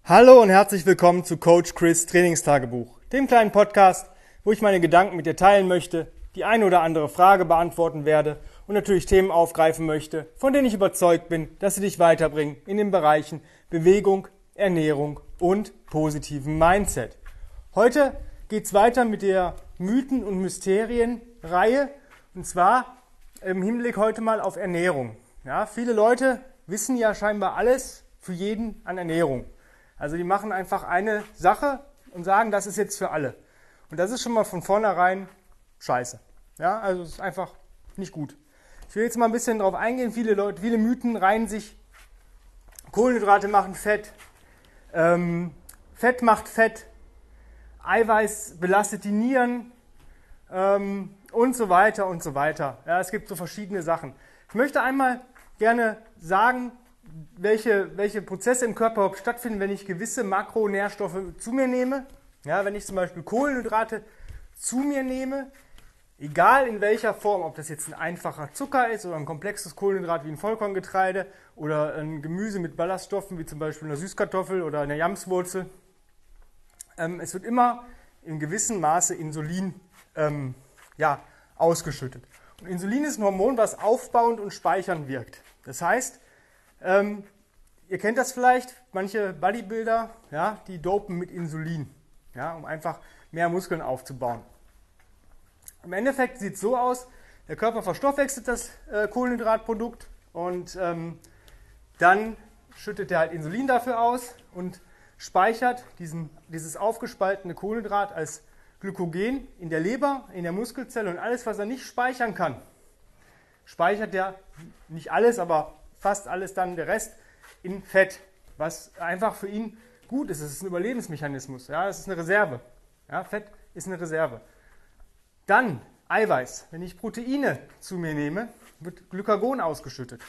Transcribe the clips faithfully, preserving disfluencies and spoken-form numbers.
Hallo und herzlich willkommen zu Coach Chris Trainingstagebuch, dem kleinen Podcast, wo ich meine Gedanken mit dir teilen möchte, die eine oder andere Frage beantworten werde und natürlich Themen aufgreifen möchte, von denen ich überzeugt bin, dass sie dich weiterbringen in den Bereichen Bewegung, Ernährung und positiven Mindset. Heute geht es weiter mit der Mythen- und Mysterien-Reihe und zwar im Hinblick heute mal auf Ernährung. Ja, viele Leute wissen ja scheinbar alles für jeden an Ernährung. Also die machen einfach eine Sache und sagen, das ist jetzt für alle. Und das ist schon mal von vornherein scheiße. Ja, also es ist einfach nicht gut. Ich will jetzt mal ein bisschen drauf eingehen. Viele Leute, viele Mythen reihen sich. Kohlenhydrate machen Fett. Ähm, Fett macht Fett. Eiweiß belastet die Nieren. Ähm, und so weiter und so weiter. Ja, es gibt so verschiedene Sachen. Ich möchte einmal gerne sagen, welche, welche Prozesse im Körper überhaupt stattfinden, wenn ich gewisse Makronährstoffe zu mir nehme. Ja, wenn ich zum Beispiel Kohlenhydrate zu mir nehme, egal in welcher Form, ob das jetzt ein einfacher Zucker ist oder ein komplexes Kohlenhydrat wie ein Vollkorngetreide oder ein Gemüse mit Ballaststoffen wie zum Beispiel eine Süßkartoffel oder eine Jamswurzel. Ähm, es wird immer in gewissem Maße Insulin ähm, ja, ausgeschüttet. Und Insulin ist ein Hormon, was aufbauend und speichernd wirkt. Das heißt, ähm, ihr kennt das vielleicht, manche Bodybuilder, ja, die dopen mit Insulin, ja, um einfach mehr Muskeln aufzubauen. Im Endeffekt sieht es so aus, der Körper verstoffwechselt das äh, Kohlenhydratprodukt und ähm, dann schüttet er halt Insulin dafür aus und speichert diesen, dieses aufgespaltene Kohlenhydrat als Glykogen in der Leber, in der Muskelzelle und alles, was er nicht speichern kann, speichert er nicht alles, aber fast alles dann, der Rest, in Fett, was einfach für ihn gut ist. Es ist ein Überlebensmechanismus, ja, es ist eine Reserve. Ja, Fett ist eine Reserve. Dann Eiweiß. Wenn ich Proteine zu mir nehme, wird Glykagon ausgeschüttet.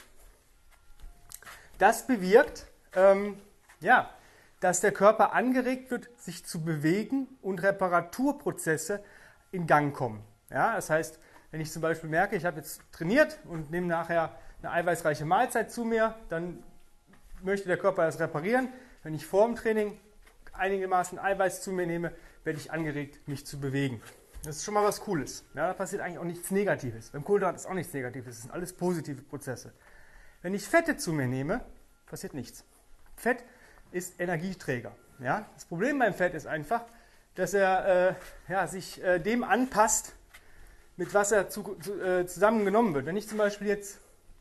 Das bewirkt, ähm, ja, dass der Körper angeregt wird, sich zu bewegen und Reparaturprozesse in Gang kommen. Ja, das heißt, wenn ich zum Beispiel merke, ich habe jetzt trainiert und nehme nachher eine eiweißreiche Mahlzeit zu mir, dann möchte der Körper das reparieren. Wenn ich vor dem Training einigermaßen Eiweiß zu mir nehme, werde ich angeregt, mich zu bewegen. Das ist schon mal was Cooles. Ja, da passiert eigentlich auch nichts Negatives. Beim Kohlenhydrat ist auch nichts Negatives, das sind alles positive Prozesse. Wenn ich Fette zu mir nehme, passiert nichts. Fett ist Energieträger. Ja? Das Problem beim Fett ist einfach, dass er äh, ja, sich äh, dem anpasst, mit was er zu, zu, äh, zusammengenommen wird. Wenn ich zum Beispiel jetzt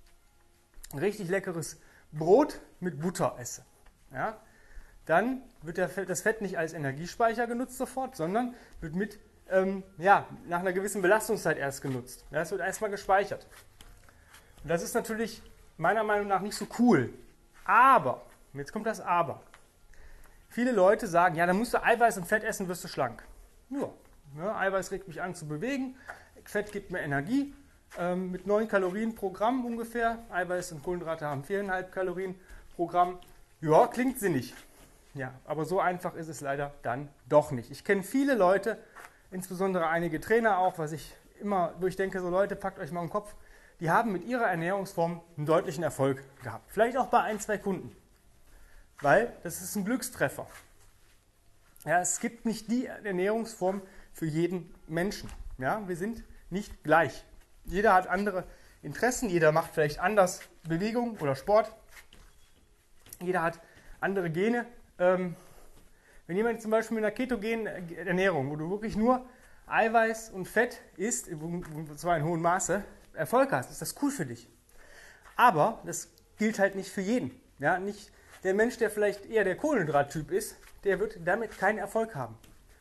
ein richtig leckeres Brot mit Butter esse, ja, dann wird der Fett, das Fett nicht als Energiespeicher genutzt sofort, sondern wird mit, ähm, ja, nach einer gewissen Belastungszeit erst genutzt. Ja, es wird erstmal gespeichert. Und das ist natürlich meiner Meinung nach nicht so cool. Aber, jetzt kommt das Aber. Viele Leute sagen, ja, dann musst du Eiweiß und Fett essen, wirst du schlank. Ja, ja, Eiweiß regt mich an zu bewegen, Fett gibt mir Energie. Ähm, mit neun Kalorien pro Gramm ungefähr. Eiweiß und Kohlenhydrate haben vier Komma fünf Kalorien pro Gramm. Ja, klingt sinnig. Ja, aber so einfach ist es leider dann doch nicht. Ich kenne viele Leute, insbesondere einige Trainer auch, was ich immer, wo ich denke, so Leute, packt euch mal im Kopf, die haben mit ihrer Ernährungsform einen deutlichen Erfolg gehabt. Vielleicht auch bei ein, zwei Kunden. Weil das ist ein Glückstreffer. Ja, es gibt nicht die Ernährungsform für jeden Menschen. Ja, wir sind nicht gleich. Jeder hat andere Interessen, jeder macht vielleicht anders Bewegung oder Sport. Jeder hat andere Gene. Ähm, wenn jemand zum Beispiel mit einer ketogenen Ernährung, wo du wirklich nur Eiweiß und Fett isst, und zwar in hohem Maße, Erfolg hast, ist das cool für dich. Aber das gilt halt nicht für jeden. Ja, nicht der Mensch, der vielleicht eher der Kohlenhydrattyp ist, der wird damit keinen Erfolg haben.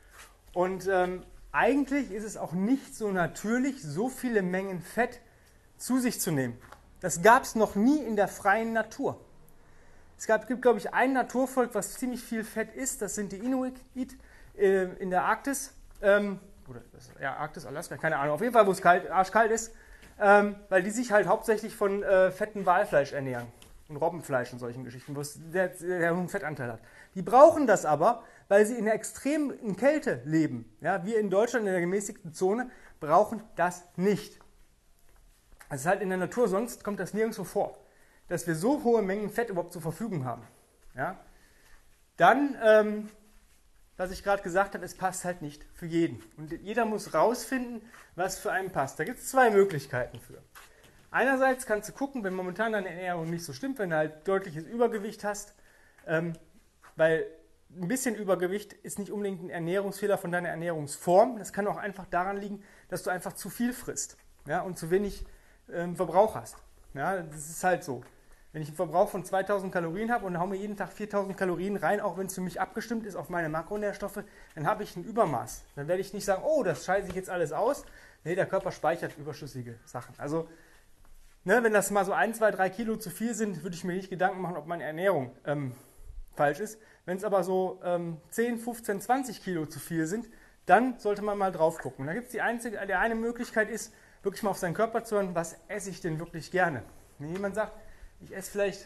Und ähm, eigentlich ist es auch nicht so natürlich, so viele Mengen Fett zu sich zu nehmen. Das gab es noch nie in der freien Natur. Es gab, gibt, glaube ich, ein Naturvolk, was ziemlich viel Fett isst. Das sind die Inuit äh, in der Arktis. Ähm, oder ja, Arktis, Alaska, keine Ahnung. Auf jeden Fall, wo es kalt, arschkalt ist. Ähm, weil die sich halt hauptsächlich von äh, fettem Walfleisch ernähren. Und Robbenfleisch und solchen Geschichten, wo es sehr, sehr hohen Fettanteil hat. Die brauchen das aber, weil sie in der extremen Kälte leben. Ja, wir in Deutschland in der gemäßigten Zone brauchen das nicht. Das ist halt in der Natur, sonst kommt das nirgendwo vor, dass wir so hohe Mengen Fett überhaupt zur Verfügung haben. Ja? dann, ähm, was ich gerade gesagt habe, es passt halt nicht für jeden. Und jeder muss rausfinden, was für einen passt. Da gibt es zwei Möglichkeiten für. Einerseits kannst du gucken, wenn momentan deine Ernährung nicht so stimmt, wenn du halt deutliches Übergewicht hast, ähm, weil ein bisschen Übergewicht ist nicht unbedingt ein Ernährungsfehler von deiner Ernährungsform. Das kann auch einfach daran liegen, dass du einfach zu viel frisst, ja, und zu wenig ähm, Verbrauch hast. Ja, das ist halt so. Wenn ich einen Verbrauch von zweitausend Kalorien habe und haue mir jeden Tag viertausend Kalorien rein, auch wenn es für mich abgestimmt ist auf meine Makronährstoffe, dann habe ich ein Übermaß. Dann werde ich nicht sagen, oh, das scheiße ich jetzt alles aus. Nee, der Körper speichert überschüssige Sachen. Also, ne, wenn das mal so ein, zwei, drei Kilo zu viel sind, würde ich mir nicht Gedanken machen, ob meine Ernährung ähm, falsch ist. Wenn es aber so ähm, zehn, fünfzehn, zwanzig Kilo zu viel sind, dann sollte man mal drauf gucken. Und da gibt es die einzige, die eine Möglichkeit ist, wirklich mal auf seinen Körper zu hören, was esse ich denn wirklich gerne. Wenn jemand sagt, ich esse vielleicht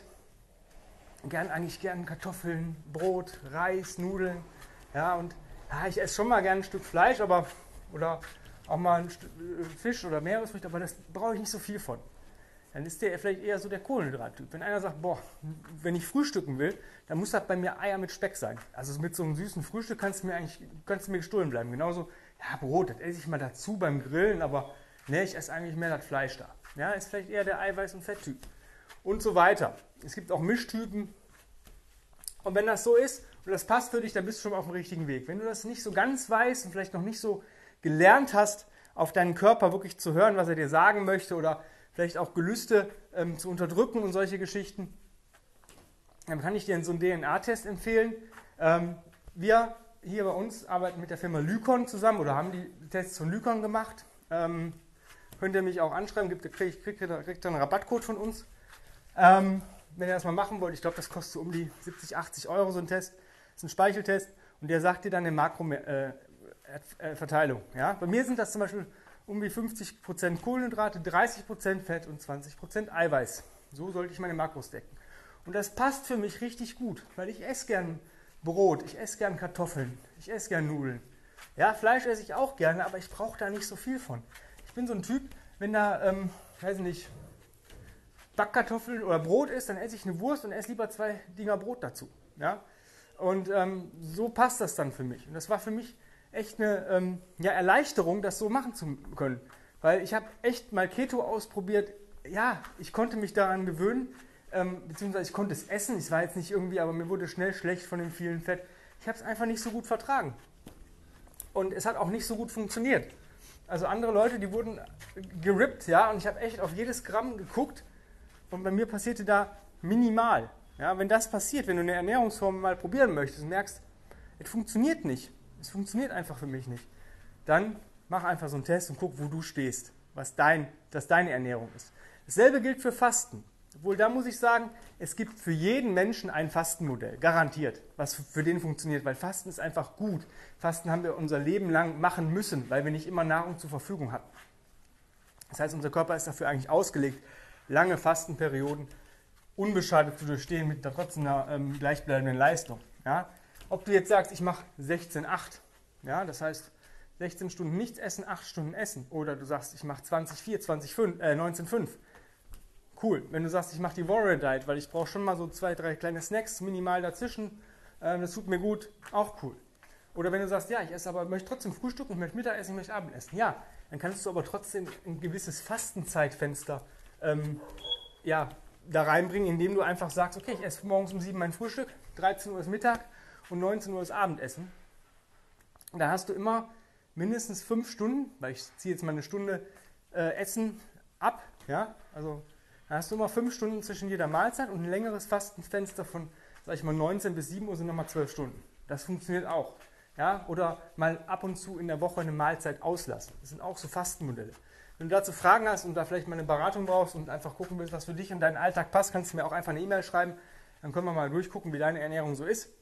gern, eigentlich gern Kartoffeln, Brot, Reis, Nudeln, ja, und ja, ich esse schon mal gern ein Stück Fleisch, aber oder auch mal ein Stück Fisch oder Meeresfrüchte, aber das brauche ich nicht so viel von. Dann ist der vielleicht eher so der Kohlenhydrattyp. Wenn einer sagt, boah, wenn ich frühstücken will, dann muss das bei mir Eier mit Speck sein. Also mit so einem süßen Frühstück kannst du mir eigentlich kannst du mir gestohlen bleiben. Genauso, ja, Brot, das esse ich mal dazu beim Grillen, aber ne, ich esse eigentlich mehr das Fleisch da. Ja, ist vielleicht eher der Eiweiß- und Fetttyp. Und so weiter. Es gibt auch Mischtypen. Und wenn das so ist und das passt für dich, dann bist du schon auf dem richtigen Weg. Wenn du das nicht so ganz weißt und vielleicht noch nicht so gelernt hast, auf deinen Körper wirklich zu hören, was er dir sagen möchte oder vielleicht auch Gelüste ähm, zu unterdrücken und solche Geschichten, dann kann ich dir so einen D N A-Test empfehlen. Ähm, wir hier bei uns arbeiten mit der Firma Lykon zusammen oder haben die Tests von Lykon gemacht. Ähm, könnt ihr mich auch anschreiben, kriegt, kriegt, kriegt, kriegt ihr einen Rabattcode von uns. Ähm, wenn ihr das mal machen wollt, ich glaube, das kostet so um die siebzig, achtzig Euro so ein Test. Das ist ein Speicheltest und der sagt dir dann eine Makroverteilung. Äh, äh, ja? Bei mir sind das zum Beispiel um die fünfzig Prozent Kohlenhydrate, dreißig Prozent Fett und zwanzig Prozent Eiweiß. So sollte ich meine Makros decken. Und das passt für mich richtig gut, weil ich esse gern Brot, ich esse gern Kartoffeln, ich esse gern Nudeln. Ja, Fleisch esse ich auch gerne, aber ich brauche da nicht so viel von. Ich bin so ein Typ, wenn da, ähm, weiß nicht, Backkartoffeln oder Brot ist, dann esse ich eine Wurst und esse lieber zwei Dinger Brot dazu. Ja? Und ähm, so passt das dann für mich. Und das war für mich echt eine ähm, ja, Erleichterung, das so machen zu können. Weil ich habe echt mal Keto ausprobiert. Ja, ich konnte mich daran gewöhnen, ähm, beziehungsweise ich konnte es essen. Es war jetzt nicht irgendwie, aber mir wurde schnell schlecht von dem vielen Fett. Ich habe es einfach nicht so gut vertragen. Und es hat auch nicht so gut funktioniert. Also andere Leute, die wurden gerippt, ja, und ich habe echt auf jedes Gramm geguckt. Und bei mir passierte da minimal. Ja, wenn das passiert, wenn du eine Ernährungsform mal probieren möchtest und merkst, es funktioniert nicht, es funktioniert einfach für mich nicht, dann mach einfach so einen Test und guck, wo du stehst, was dein, das deine Ernährung ist. Dasselbe gilt für Fasten. Obwohl, da muss ich sagen, es gibt für jeden Menschen ein Fastenmodell, garantiert, was für den funktioniert, weil Fasten ist einfach gut. Fasten haben wir unser Leben lang machen müssen, weil wir nicht immer Nahrung zur Verfügung hatten. Das heißt, unser Körper ist dafür eigentlich ausgelegt, lange Fastenperioden unbeschadet zu durchstehen mit trotzdem einer ähm, gleichbleibenden Leistung. Ja? Ob du jetzt sagst, ich mache sechzehn acht, ja, das heißt sechzehn Stunden nichts essen, acht Stunden essen, oder du sagst, ich mache zwanzig vier, zwanzig fünf, äh, neunzehn fünf, cool. Wenn du sagst, ich mache die Warrior Diet, weil ich brauche schon mal so zwei, drei kleine Snacks minimal dazwischen, ähm, das tut mir gut, auch cool. Oder wenn du sagst, ja, ich esse aber, möchte trotzdem frühstücken, ich möchte Mittagessen, ich möchte Abendessen, ja, dann kannst du aber trotzdem ein gewisses Fastenzeitfenster ähm, ja, da reinbringen, indem du einfach sagst, okay, ich esse morgens um sieben mein Frühstück, dreizehn Uhr ist Mittag und neunzehn Uhr ist Abendessen. Und da hast du immer mindestens fünf Stunden, weil ich ziehe jetzt mal eine Stunde äh, Essen ab, ja, also da hast du immer fünf Stunden zwischen jeder Mahlzeit und ein längeres Fastenfenster von, sag ich mal, neunzehn bis sieben Uhr sind nochmal zwölf Stunden. Das funktioniert auch. Ja, oder mal ab und zu in der Woche eine Mahlzeit auslassen. Das sind auch so Fastenmodelle. Wenn du dazu Fragen hast und da vielleicht mal eine Beratung brauchst und einfach gucken willst, was für dich und deinen Alltag passt, kannst du mir auch einfach eine E-Mail schreiben. Dann können wir mal durchgucken, wie deine Ernährung so ist.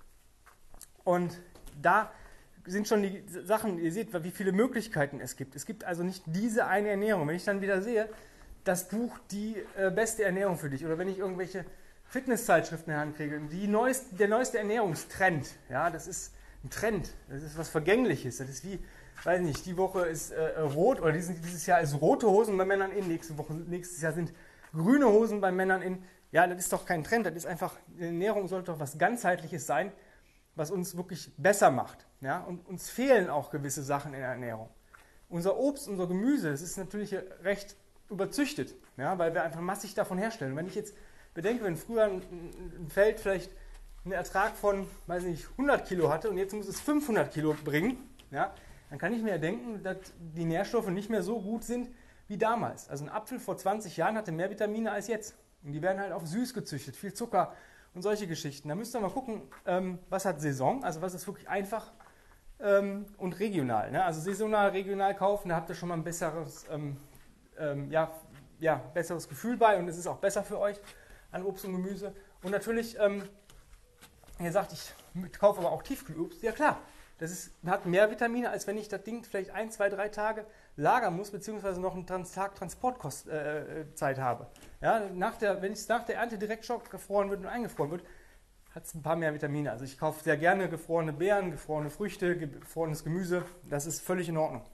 Und da sind schon die Sachen, ihr seht, wie viele Möglichkeiten es gibt. Es gibt also nicht diese eine Ernährung. Wenn ich dann wieder sehe, das Buch die äh, beste Ernährung für dich, oder wenn ich irgendwelche Fitnesszeitschriften in der Hand kriege, die neueste, der neueste Ernährungstrend, ja, das ist ein Trend, das ist was Vergängliches, das ist wie, weiß nicht, die Woche ist äh, rot, oder dieses, dieses Jahr ist rote Hosen bei Männern in, nächste Woche, nächstes Jahr sind grüne Hosen bei Männern in. Ja, das ist doch kein Trend, das ist einfach, die Ernährung sollte doch was Ganzheitliches sein, was uns wirklich besser macht. Ja? Und uns fehlen auch gewisse Sachen in der Ernährung. Unser Obst, unser Gemüse, das ist natürlich recht überzüchtet, ja? Weil wir einfach massig davon herstellen. Und wenn ich jetzt bedenke, wenn früher ein, ein Feld vielleicht einen Ertrag von, weiß nicht, hundert Kilo hatte und jetzt muss es fünfhundert Kilo bringen, ja, dann kann ich mir ja denken, dass die Nährstoffe nicht mehr so gut sind wie damals. Also ein Apfel vor zwanzig Jahren hatte mehr Vitamine als jetzt. Und die werden halt auf süß gezüchtet, viel Zucker und solche Geschichten. Da müsst ihr mal gucken, ähm, was hat Saison, also was ist wirklich einfach ähm, und regional. Ne? Also saisonal, regional kaufen, da habt ihr schon mal ein besseres, ähm, ähm, ja, ja, besseres Gefühl bei und es ist auch besser für euch an Obst und Gemüse. Und natürlich, ähm, ihr sagt, ich kaufe aber auch Tiefkühlobst. Ja klar, das ist, hat mehr Vitamine, als wenn ich das Ding vielleicht ein, zwei, drei Tage lagern muss, beziehungsweise noch einen Tag Transportzeit äh, habe. Ja, nach der, wenn es nach der Ernte direkt schock gefroren wird und eingefroren wird, hat es ein paar mehr Vitamine. Also ich kaufe sehr gerne gefrorene Beeren, gefrorene Früchte, gefrorenes Gemüse. Das ist völlig in Ordnung.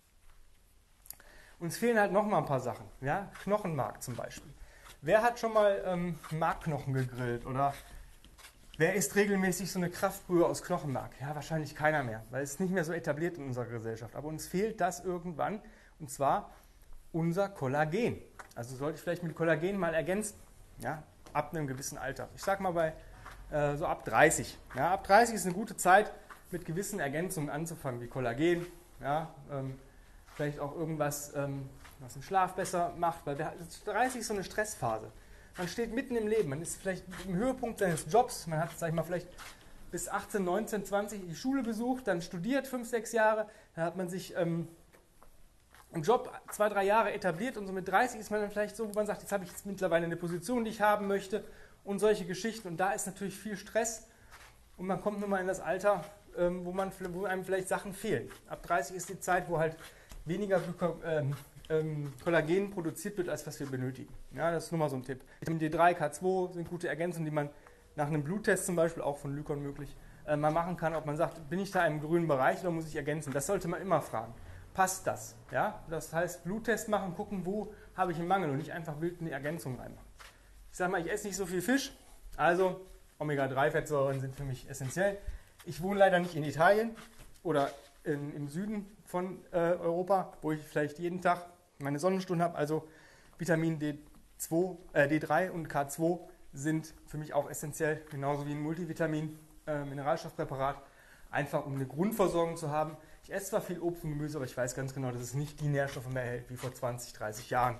Uns fehlen halt noch mal ein paar Sachen. Ja? Knochenmark zum Beispiel. Wer hat schon mal ähm, Markknochen gegrillt oder wer isst regelmäßig so eine Kraftbrühe aus Knochenmark? Ja, wahrscheinlich keiner mehr, weil es nicht mehr so etabliert in unserer Gesellschaft. Aber uns fehlt das irgendwann, und zwar unser Kollagen. Also sollte ich vielleicht mit Kollagen mal ergänzen, ja, ab einem gewissen Alter. Ich sage mal bei äh, so ab dreißig. Ja, ab dreißig ist eine gute Zeit, mit gewissen Ergänzungen anzufangen, wie Kollagen, ja, ähm, vielleicht auch irgendwas, ähm, was den Schlaf besser macht, weil wir, dreißig ist so eine Stressphase. Man steht mitten im Leben, man ist vielleicht im Höhepunkt seines Jobs, man hat, sag ich mal, vielleicht bis achtzehn, neunzehn, zwanzig die Schule besucht, dann studiert fünf, sechs Jahre, dann hat man sich ähm, im Job zwei, drei Jahre etabliert und so mit dreißig ist man dann vielleicht so, wo man sagt, jetzt habe ich jetzt mittlerweile eine Position, die ich haben möchte und solche Geschichten und da ist natürlich viel Stress und man kommt nun mal in das Alter, ähm, wo, man, wo einem vielleicht Sachen fehlen. Ab dreißig ist die Zeit, wo halt weniger ähm, ähm, Kollagen produziert wird, als was wir benötigen. Ja, das ist nur mal so ein Tipp. Vitamin D drei, K zwei sind gute Ergänzungen, die man nach einem Bluttest zum Beispiel, auch von Lykon möglich, äh, mal machen kann, ob man sagt, bin ich da im grünen Bereich oder muss ich ergänzen? Das sollte man immer fragen. Passt das? Ja? Das heißt, Bluttest machen, gucken, wo habe ich einen Mangel und nicht einfach wild eine Ergänzung reinmachen. Ich sage mal, ich esse nicht so viel Fisch, also Omega drei Fettsäuren sind für mich essentiell. Ich wohne leider nicht in Italien oder in, im Süden von äh, Europa, wo ich vielleicht jeden Tag meine Sonnenstunden habe, also Vitamin D zwei, äh, D drei und K zwei sind für mich auch essentiell, genauso wie ein Multivitamin, äh, Mineralstoffpräparat, einfach um eine Grundversorgung zu haben. Ich esse zwar viel Obst und Gemüse, aber ich weiß ganz genau, dass es nicht die Nährstoffe mehr hält wie vor zwanzig, dreißig Jahren.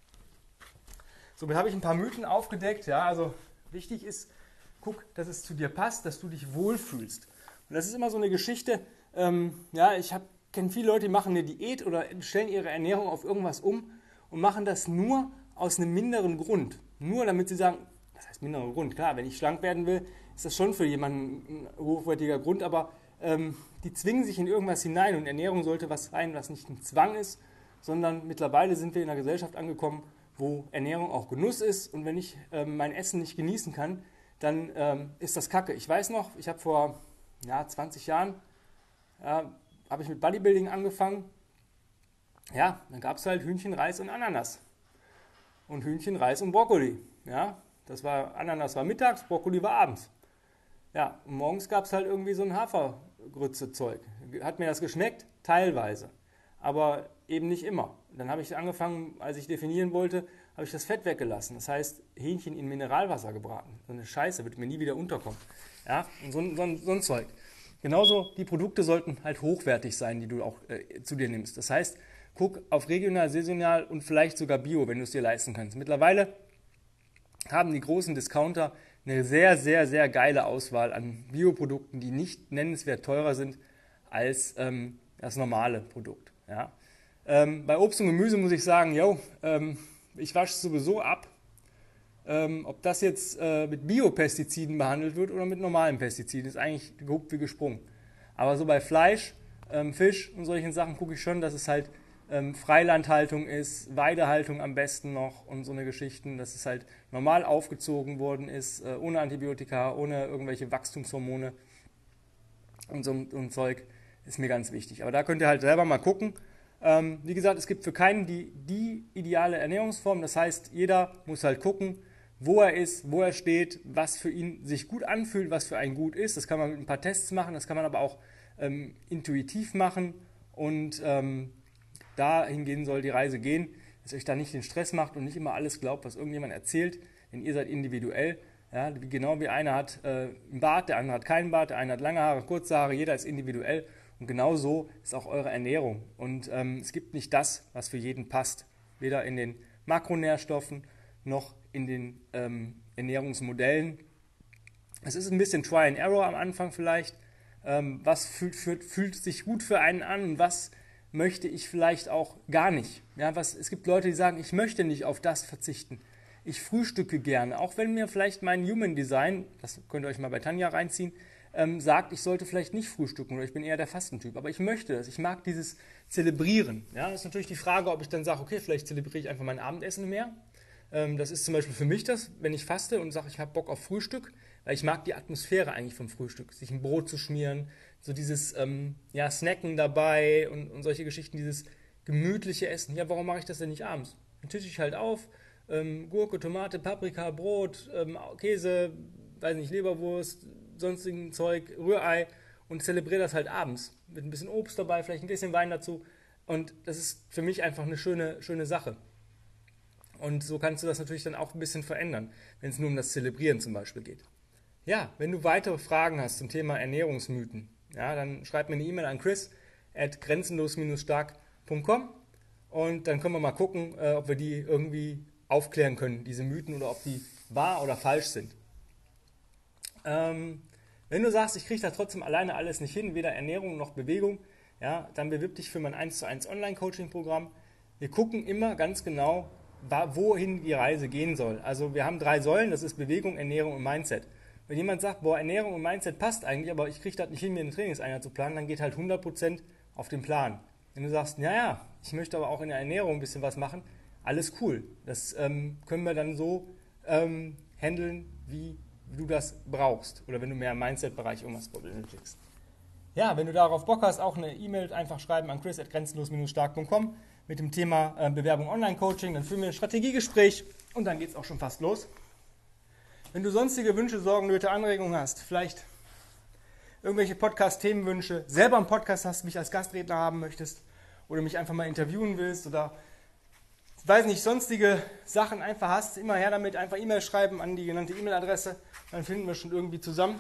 Somit habe ich ein paar Mythen aufgedeckt. Ja, also wichtig ist, guck, dass es zu dir passt, dass du dich wohlfühlst. Und das ist immer so eine Geschichte, ähm, ja, ich kenne viele Leute, die machen eine Diät oder stellen ihre Ernährung auf irgendwas um und machen das nur aus einem minderen Grund. Nur damit sie sagen, das heißt minderer Grund, klar, wenn ich schlank werden will, ist das schon für jemanden ein hochwertiger Grund, aber ähm, die zwingen sich in irgendwas hinein und Ernährung sollte was sein, was nicht ein Zwang ist, sondern mittlerweile sind wir in einer Gesellschaft angekommen, wo Ernährung auch Genuss ist und wenn ich ähm, mein Essen nicht genießen kann, dann ähm, ist das Kacke. Ich weiß noch, ich habe vor ja, zwanzig Jahren, ja, habe ich mit Bodybuilding angefangen, ja, dann gab es halt Hühnchen, Reis und Ananas und Hühnchen, Reis und Brokkoli, ja, das war, Ananas war mittags, Brokkoli war abends. Ja, und morgens gab es halt irgendwie so ein Hafergrütze-Zeug. Hat mir das geschmeckt? Teilweise. Aber eben nicht immer. Dann habe ich angefangen, als ich definieren wollte, habe ich das Fett weggelassen. Das heißt, Hähnchen in Mineralwasser gebraten. So eine Scheiße, wird mir nie wieder unterkommen. Ja, und so, so, so ein Zeug. Genauso, die Produkte sollten halt hochwertig sein, die du auch äh, zu dir nimmst. Das heißt, guck auf regional, saisonal und vielleicht sogar Bio, wenn du es dir leisten kannst. Mittlerweile haben die großen Discounter eine sehr, sehr, sehr geile Auswahl an Bioprodukten, die nicht nennenswert teurer sind als ähm, das normale Produkt. Ja. Ähm, bei Obst und Gemüse muss ich sagen, yo, ähm, ich wasche es sowieso ab, ähm, ob das jetzt äh, mit Biopestiziden behandelt wird oder mit normalen Pestiziden, ist eigentlich gehupt wie gesprungen. Aber so bei Fleisch, ähm, Fisch und solchen Sachen gucke ich schon, dass es halt ähm, Freilandhaltung ist, Weidehaltung am besten noch und so eine Geschichten, dass es halt normal aufgezogen worden ist, äh, ohne Antibiotika, ohne irgendwelche Wachstumshormone und so ein Zeug, ist mir ganz wichtig. Aber da könnt ihr halt selber mal gucken. Ähm, wie gesagt, es gibt für keinen die, die ideale Ernährungsform, das heißt, jeder muss halt gucken, wo er ist, wo er steht, was für ihn sich gut anfühlt, was für einen gut ist. Das kann man mit ein paar Tests machen, das kann man aber auch ähm, intuitiv machen und ähm, dahingehend soll die Reise gehen, dass ihr euch da nicht den Stress macht und nicht immer alles glaubt, was irgendjemand erzählt, denn ihr seid individuell. Ja, genau wie einer hat äh, einen Bart, der andere hat keinen Bart, der eine hat lange Haare, kurze Haare, jeder ist individuell und genau so ist auch eure Ernährung. Und ähm, es gibt nicht das, was für jeden passt, weder in den Makronährstoffen noch in den ähm, Ernährungsmodellen. Es ist ein bisschen Try and Error am Anfang vielleicht, ähm, was fühlt, fühlt, fühlt sich gut für einen an und was möchte ich vielleicht auch gar nicht. Ja, was, es gibt Leute, die sagen, ich möchte nicht auf das verzichten. Ich frühstücke gerne, auch wenn mir vielleicht mein Human Design, das könnt ihr euch mal bei Tanja reinziehen, ähm, sagt, ich sollte vielleicht nicht frühstücken oder ich bin eher der Fastentyp. Aber ich möchte das, ich mag dieses Zelebrieren. Ja, das ist natürlich die Frage, ob ich dann sage, okay, vielleicht zelebriere ich einfach mein Abendessen mehr. Ähm, das ist zum Beispiel für mich das, wenn ich faste und sage, ich habe Bock auf Frühstück, weil ich mag die Atmosphäre eigentlich vom Frühstück, sich ein Brot zu schmieren, so dieses ähm, ja, Snacken dabei und, und solche Geschichten, dieses gemütliche Essen. Ja, warum mache ich das denn nicht abends? Dann tische ich halt auf, Ähm, Gurke, Tomate, Paprika, Brot, ähm, Käse, weiß nicht, Leberwurst, sonstigen Zeug, Rührei und zelebriere das halt abends mit ein bisschen Obst dabei, vielleicht ein bisschen Wein dazu und das ist für mich einfach eine schöne, schöne Sache. Und so kannst du das natürlich dann auch ein bisschen verändern, wenn es nur um das Zelebrieren zum Beispiel geht. Ja, wenn du weitere Fragen hast zum Thema Ernährungsmythen, ja, dann schreib mir eine E-Mail an chris at grenzenlos stark punkt com und dann können wir mal gucken, äh, ob wir die irgendwie aufklären können, diese Mythen, oder ob die wahr oder falsch sind. Ähm, wenn du sagst, ich kriege da trotzdem alleine alles nicht hin, weder Ernährung noch Bewegung, ja, dann bewirb dich für mein eins zu eins Online-Coaching-Programm. Wir gucken immer ganz genau, wohin die Reise gehen soll. Also wir haben drei Säulen, das ist Bewegung, Ernährung und Mindset. Wenn jemand sagt, boah, Ernährung und Mindset passt eigentlich, aber ich kriege das nicht hin, mir eine Trainingseinheit zu planen, dann geht halt hundert Prozent auf den Plan. Wenn du sagst, naja, ich möchte aber auch in der Ernährung ein bisschen was machen, alles cool. Das ähm, können wir dann so ähm, handeln, wie, wie du das brauchst. Oder wenn du mehr im Mindset-Bereich irgendwas benötigst. Ja, wenn du darauf Bock hast, auch eine E-Mail einfach schreiben an chris at grenzenlos stark punkt com mit dem Thema äh, Bewerbung Online-Coaching. Dann führen wir ein Strategiegespräch und dann geht es auch schon fast los. Wenn du sonstige Wünsche, Sorgen, Nöte, Anregungen hast, vielleicht irgendwelche Podcast-Themenwünsche, selber einen Podcast hast, mich als Gastredner haben möchtest oder mich einfach mal interviewen willst oder ich weiß nicht, sonstige Sachen einfach hast, immer her damit, einfach E-Mail schreiben an die genannte E-Mail-Adresse, dann finden wir schon irgendwie zusammen.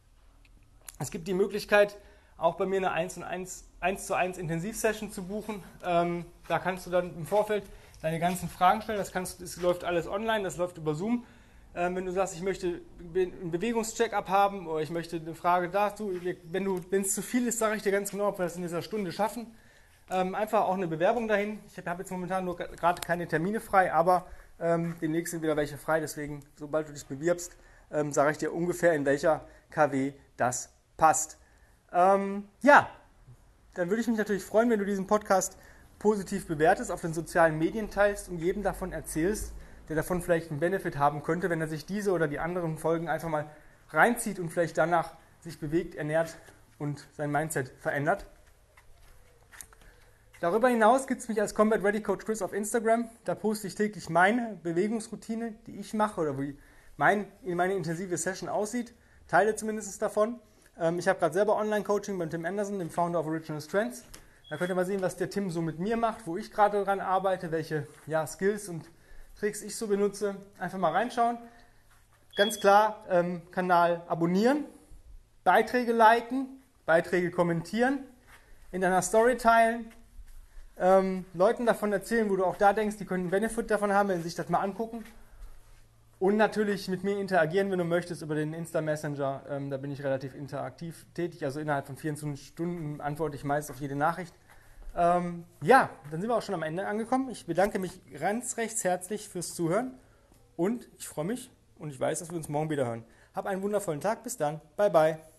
Es gibt die Möglichkeit, auch bei mir eine eins zu eins Intensivsession zu buchen. Ähm, da kannst du dann im Vorfeld deine ganzen Fragen stellen, das, kannst, das läuft alles online, das läuft über Zoom. Ähm, wenn du sagst, ich möchte einen Bewegungscheck-up haben oder ich möchte eine Frage dazu, wenn du, wenn es zu viel ist, sage ich dir ganz genau, ob wir das in dieser Stunde schaffen. Ähm, einfach auch eine Bewerbung dahin. Ich habe jetzt momentan nur gerade keine Termine frei, aber ähm, demnächst sind wieder welche frei. Deswegen, sobald du dich bewirbst, ähm, sage ich dir ungefähr, in welcher K W das passt. Ähm, ja, dann würde ich mich natürlich freuen, wenn du diesen Podcast positiv bewertest, auf den sozialen Medien teilst und jedem davon erzählst, der davon vielleicht einen Benefit haben könnte, wenn er sich diese oder die anderen Folgen einfach mal reinzieht und vielleicht danach sich bewegt, ernährt und sein Mindset verändert. Darüber hinaus gibt es mich als Combat Ready Coach Chris auf Instagram. Da poste ich täglich meine Bewegungsroutine, die ich mache oder wie mein, meine intensive Session aussieht. Teile zumindest davon. Ähm, ich habe gerade selber Online-Coaching bei Tim Anderson, dem Founder of Original Strengths. Da könnt ihr mal sehen, was der Tim so mit mir macht, wo ich gerade dran arbeite, welche ja, Skills und Tricks ich so benutze. Einfach mal reinschauen. Ganz klar, ähm, Kanal abonnieren, Beiträge liken, Beiträge kommentieren, in deiner Story teilen, ähm, Leuten davon erzählen, wo du auch da denkst, die können einen Benefit davon haben, wenn sie sich das mal angucken. Und natürlich mit mir interagieren, wenn du möchtest, über den Insta-Messenger. Ähm, da bin ich relativ interaktiv tätig, also innerhalb von vierundzwanzig Stunden antworte ich meist auf jede Nachricht. Ähm, ja, dann sind wir auch schon am Ende angekommen. Ich bedanke mich ganz recht herzlich fürs Zuhören und ich freue mich und ich weiß, dass wir uns morgen wieder hören. Hab einen wundervollen Tag, bis dann, bye bye.